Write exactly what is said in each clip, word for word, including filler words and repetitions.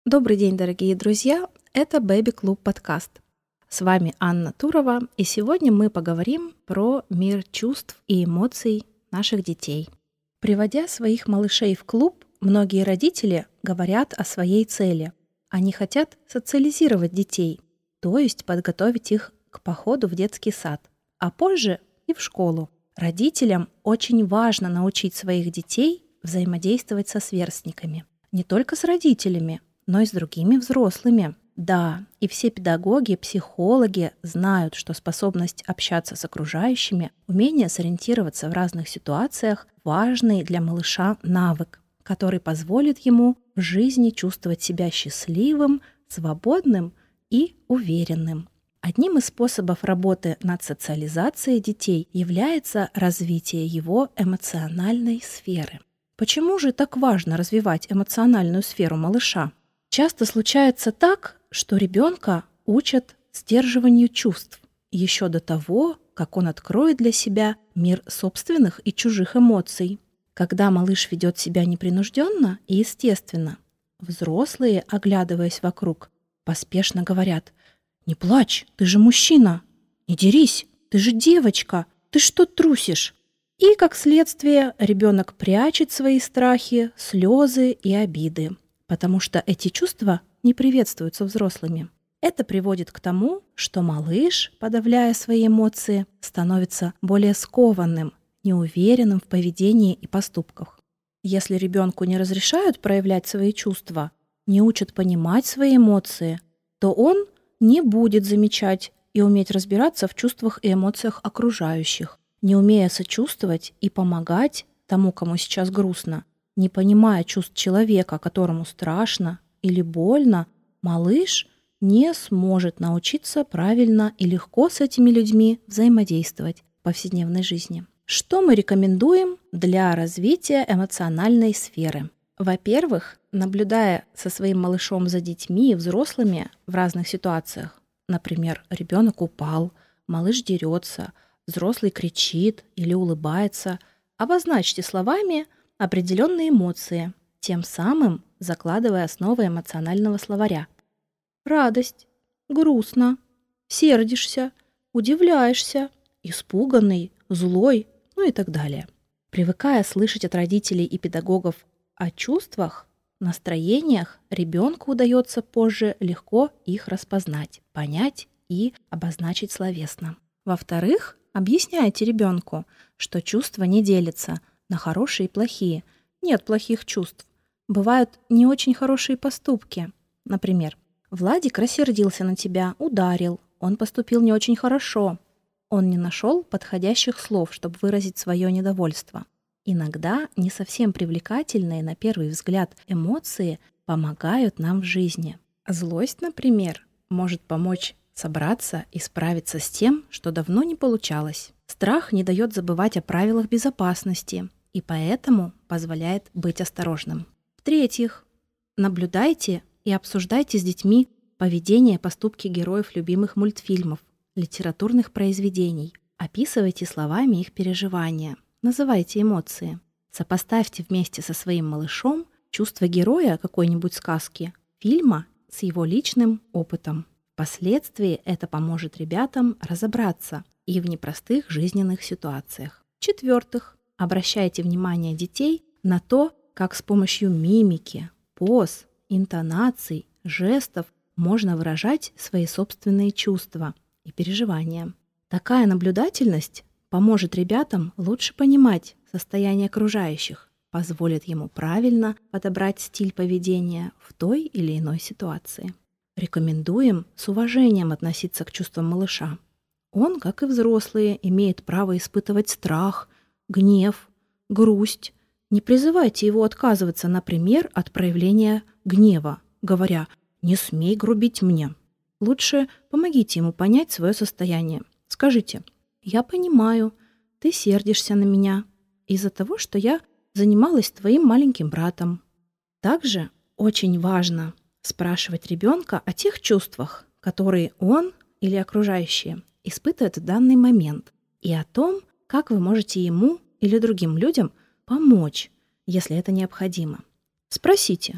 Добрый день, дорогие друзья! Это Baby Club подкаст. С вами Анна Турова, и сегодня мы поговорим про мир чувств и эмоций наших детей. Приводя своих малышей в клуб, многие родители говорят о своей цели. Они хотят социализировать детей, то есть подготовить их к походу в детский сад, а позже и в школу. Родителям очень важно научить своих детей взаимодействовать со сверстниками. Не только с родителями, но и с другими взрослыми. Да, и все педагоги, психологи знают, что способность общаться с окружающими, умение сориентироваться в разных ситуациях – важный для малыша навык, который позволит ему в жизни чувствовать себя счастливым, свободным и уверенным. Одним из способов работы над социализацией детей является развитие его эмоциональной сферы. Почему же так важно развивать эмоциональную сферу малыша? Часто случается так, что ребенка учат сдерживанию чувств еще до того, как он откроет для себя мир собственных и чужих эмоций. Когда малыш ведет себя непринужденно и естественно, взрослые, оглядываясь вокруг, поспешно говорят: «Не плачь, ты же мужчина! Не дерись, ты же девочка! Ты что трусишь?» И, как следствие, ребенок прячет свои страхи, слезы и обиды, потому что эти чувства не приветствуются взрослыми. Это приводит к тому, что малыш, подавляя свои эмоции, становится более скованным, неуверенным в поведении и поступках. Если ребенку не разрешают проявлять свои чувства, не учат понимать свои эмоции, то он не будет замечать и уметь разбираться в чувствах и эмоциях окружающих. Не умея сочувствовать и помогать тому, кому сейчас грустно, не понимая чувств человека, которому страшно или больно, малыш не сможет научиться правильно и легко с этими людьми взаимодействовать в повседневной жизни. Что мы рекомендуем для развития эмоциональной сферы? Во-первых, наблюдая со своим малышом за детьми и взрослыми в разных ситуациях, например, ребенок упал, малыш дерется, взрослый кричит или улыбается, обозначьте словами определенные эмоции, тем самым закладывая основы эмоционального словаря. Радость, грустно, сердишься, удивляешься, испуганный, злой, ну и так далее. Привыкая слышать от родителей и педагогов о чувствах, настроениях, ребенку удается позже легко их распознать, понять и обозначить словесно. Во-вторых, объясняйте ребенку, что чувства не делятся на хорошие и плохие. Нет плохих чувств. Бывают не очень хорошие поступки. Например, Владик рассердился на тебя, ударил, он поступил не очень хорошо. Он не нашел подходящих слов, чтобы выразить свое недовольство. Иногда не совсем привлекательные на первый взгляд эмоции помогают нам в жизни. Злость, например, может помочь собраться и справиться с тем, что давно не получалось. Страх не дает забывать о правилах безопасности и поэтому позволяет быть осторожным. В-третьих, наблюдайте и обсуждайте с детьми поведение и поступки героев любимых мультфильмов, литературных произведений. Описывайте словами их переживания, называйте эмоции. Сопоставьте вместе со своим малышом чувства героя какой-нибудь сказки, фильма с его личным опытом. Впоследствии это поможет ребятам разобраться и в непростых жизненных ситуациях. В-четвертых, обращайте внимание детей на то, как с помощью мимики, поз, интонаций, жестов можно выражать свои собственные чувства и переживания. Такая наблюдательность поможет ребятам лучше понимать состояние окружающих, позволит ему правильно подобрать стиль поведения в той или иной ситуации. Рекомендуем с уважением относиться к чувствам малыша. Он, как и взрослые, имеет право испытывать страх, гнев, грусть. Не призывайте его отказываться, например, от проявления гнева, говоря «не смей грубить мне». Лучше помогите ему понять свое состояние. Скажите: «Я понимаю, ты сердишься на меня из-за того, что я занималась твоим маленьким братом». Также очень важно спрашивать ребенка о тех чувствах, которые он или окружающие испытывают в данный момент, и о том, как вы можете ему или другим людям помочь, если это необходимо. Спросите: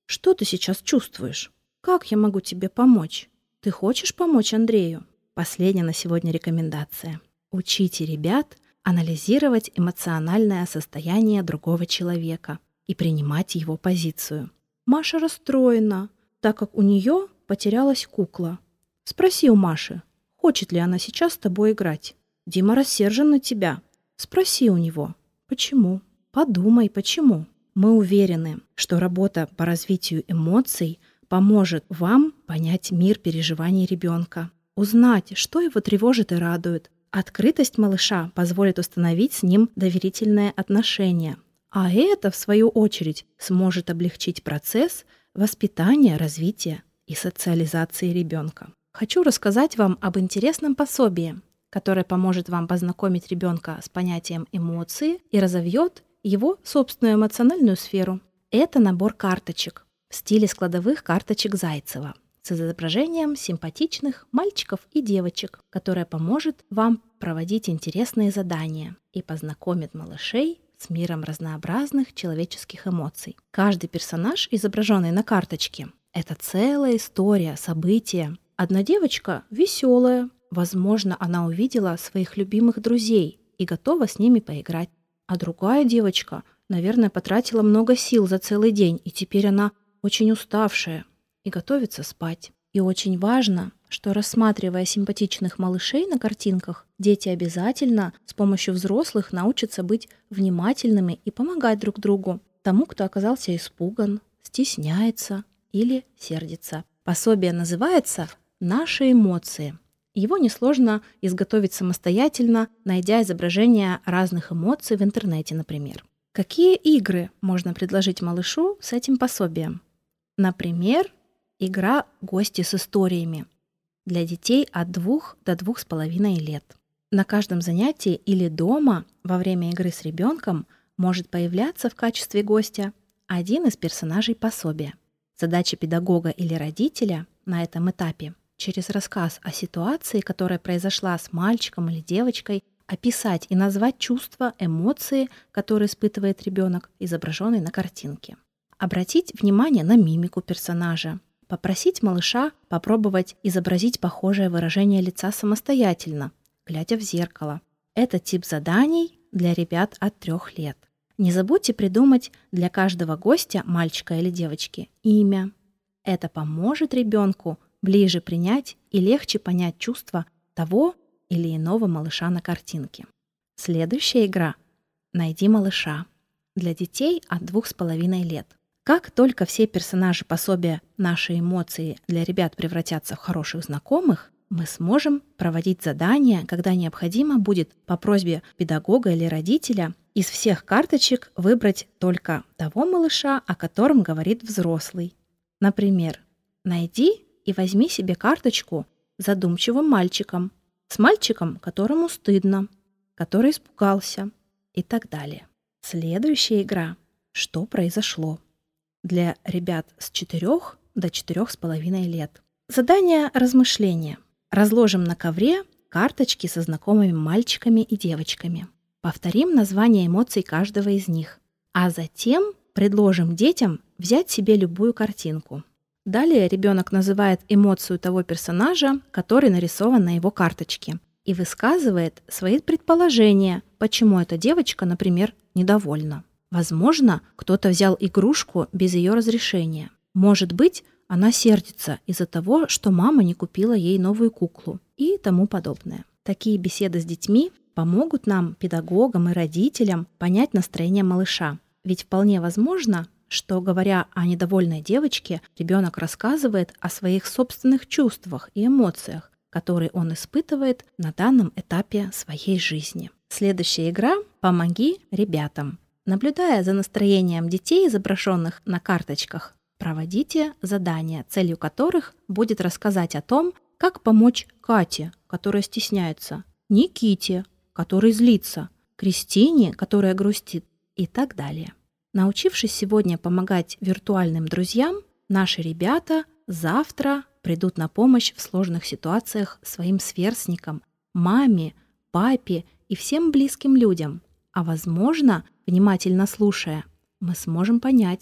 Что ты сейчас чувствуешь? Как я могу тебе помочь? Ты хочешь помочь Андрею? Последняя на сегодня рекомендация. Учите ребят анализировать эмоциональное состояние другого человека и принимать его позицию. Маша расстроена, так как у нее потерялась кукла. Спроси у Маши, хочет ли она сейчас с тобой играть. Дима рассержен на тебя. Спроси у него, почему? Подумай, почему. Мы уверены, что работа по развитию эмоций поможет вам понять мир переживаний ребенка, узнать, что его тревожит и радует. Открытость малыша позволит установить с ним доверительное отношение, а это, в свою очередь, сможет облегчить процесс воспитания, развития и социализации ребенка. Хочу рассказать вам об интересном пособии, которое поможет вам познакомить ребенка с понятием эмоции и разовьет его собственную эмоциональную сферу. Это набор карточек в стиле складовых карточек Зайцева с изображением симпатичных мальчиков и девочек, которое поможет вам проводить интересные задания и познакомит малышей с миром разнообразных человеческих эмоций. Каждый персонаж, изображенный на карточке, это целая история, события. Одна девочка веселая, возможно, она увидела своих любимых друзей и готова с ними поиграть. А другая девочка, наверное, потратила много сил за целый день, и теперь она очень уставшая и готовится спать. И очень важно, что, рассматривая симпатичных малышей на картинках, дети обязательно с помощью взрослых научатся быть внимательными и помогать друг другу, тому, кто оказался испуган, стесняется или сердится. Пособие называется «Наши эмоции». Его несложно изготовить самостоятельно, найдя изображения разных эмоций в интернете, например. Какие игры можно предложить малышу с этим пособием? Например, игра «Гости с историями» для детей от двух до двух с половиной лет. На каждом занятии или дома во время игры с ребенком может появляться в качестве гостя один из персонажей пособия. Задача педагога или родителя на этом этапе через рассказ о ситуации, которая произошла с мальчиком или девочкой, описать и назвать чувства, эмоции, которые испытывает ребенок, изображенный на картинке. Обратить внимание на мимику персонажа. Попросить малыша попробовать изобразить похожее выражение лица самостоятельно, глядя в зеркало. Это тип заданий для ребят от трех лет. Не забудьте придумать для каждого гостя, мальчика или девочки, имя. Это поможет ребенку ближе принять и легче понять чувства того или иного малыша на картинке. Следующая игра «Найди малыша» для детей от двух с половиной лет. Как только все персонажи пособия «Наши эмоции» для ребят превратятся в хороших знакомых, мы сможем проводить задания, когда необходимо будет по просьбе педагога или родителя из всех карточек выбрать только того малыша, о котором говорит взрослый. Например, найди и возьми себе карточку с задумчивым мальчиком, с мальчиком, которому стыдно, который испугался и так далее. Следующая игра «Что произошло?» для ребят с четырёх до четырёх с половиной лет. Задание размышления. Разложим на ковре карточки со знакомыми мальчиками и девочками. Повторим название эмоций каждого из них, а затем предложим детям взять себе любую картинку. Далее ребенок называет эмоцию того персонажа, который нарисован на его карточке, и высказывает свои предположения, почему эта девочка, например, недовольна. Возможно, кто-то взял игрушку без ее разрешения. Может быть, она сердится из-за того, что мама не купила ей новую куклу и тому подобное. Такие беседы с детьми помогут нам, педагогам и родителям, понять настроение малыша. Ведь вполне возможно, что, говоря о недовольной девочке, ребенок рассказывает о своих собственных чувствах и эмоциях, которые он испытывает на данном этапе своей жизни. Следующая игра «Помоги ребятам». Наблюдая за настроением детей, изображенных на карточках, проводите задания, целью которых будет рассказать о том, как помочь Кате, которая стесняется, Никите, который злится, Кристине, которая грустит, и так далее. Научившись сегодня помогать виртуальным друзьям, наши ребята завтра придут на помощь в сложных ситуациях своим сверстникам, маме, папе и всем близким людям. А возможно, внимательно слушая, мы сможем понять,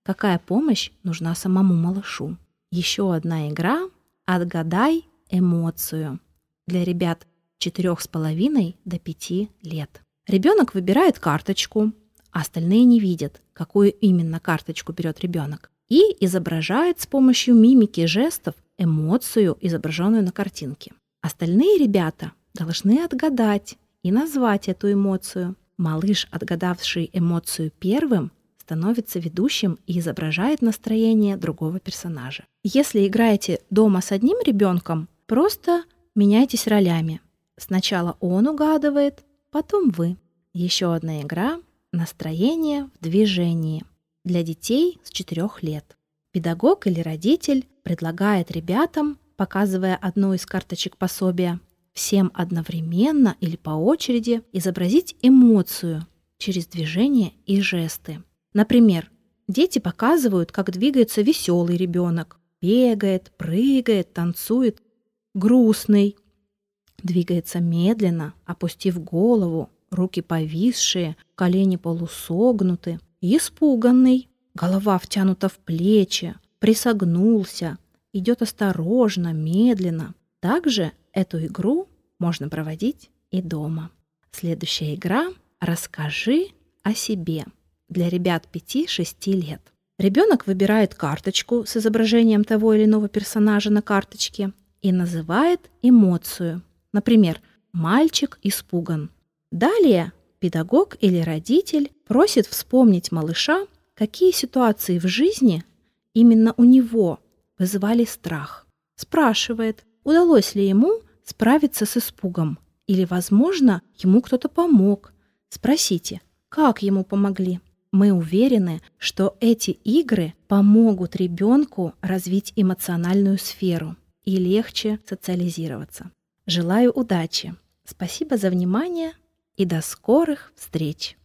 какая помощь нужна самому малышу. Еще одна игра «Отгадай эмоцию» для ребят четырёх с половиной до пяти лет. Ребенок выбирает карточку, а остальные не видят, какую именно карточку берет ребенок, и изображает с помощью мимики и жестов эмоцию, изображенную на картинке. Остальные ребята должны отгадать и назвать эту эмоцию. Малыш, отгадавший эмоцию первым, становится ведущим и изображает настроение другого персонажа. Если играете дома с одним ребенком, просто меняйтесь ролями. Сначала он угадывает, потом вы. Еще одна игра «Настроение в движении» для детей с четырёх лет. Педагог или родитель предлагает ребятам, показывая одну из карточек пособия, всем одновременно или по очереди изобразить эмоцию через движения и жесты. Например, дети показывают, как двигается веселый ребенок. Бегает, прыгает, танцует. Грустный. Двигается медленно, опустив голову, руки повисшие, колени полусогнуты. Испуганный. Голова втянута в плечи, присогнулся. Идет осторожно, медленно. Также эту игру можно проводить и дома. Следующая игра «Расскажи о себе» для ребят пяти-шести лет. Ребенок выбирает карточку с изображением того или иного персонажа на карточке и называет эмоцию. Например, «Мальчик испуган». Далее педагог или родитель просит вспомнить малыша, какие ситуации в жизни именно у него вызывали страх. Спрашивает, удалось ли ему справиться с испугом или, возможно, ему кто-то помог. Спросите, как ему помогли. Мы уверены, что эти игры помогут ребенку развить эмоциональную сферу и легче социализироваться. Желаю удачи. Спасибо за внимание и до скорых встреч!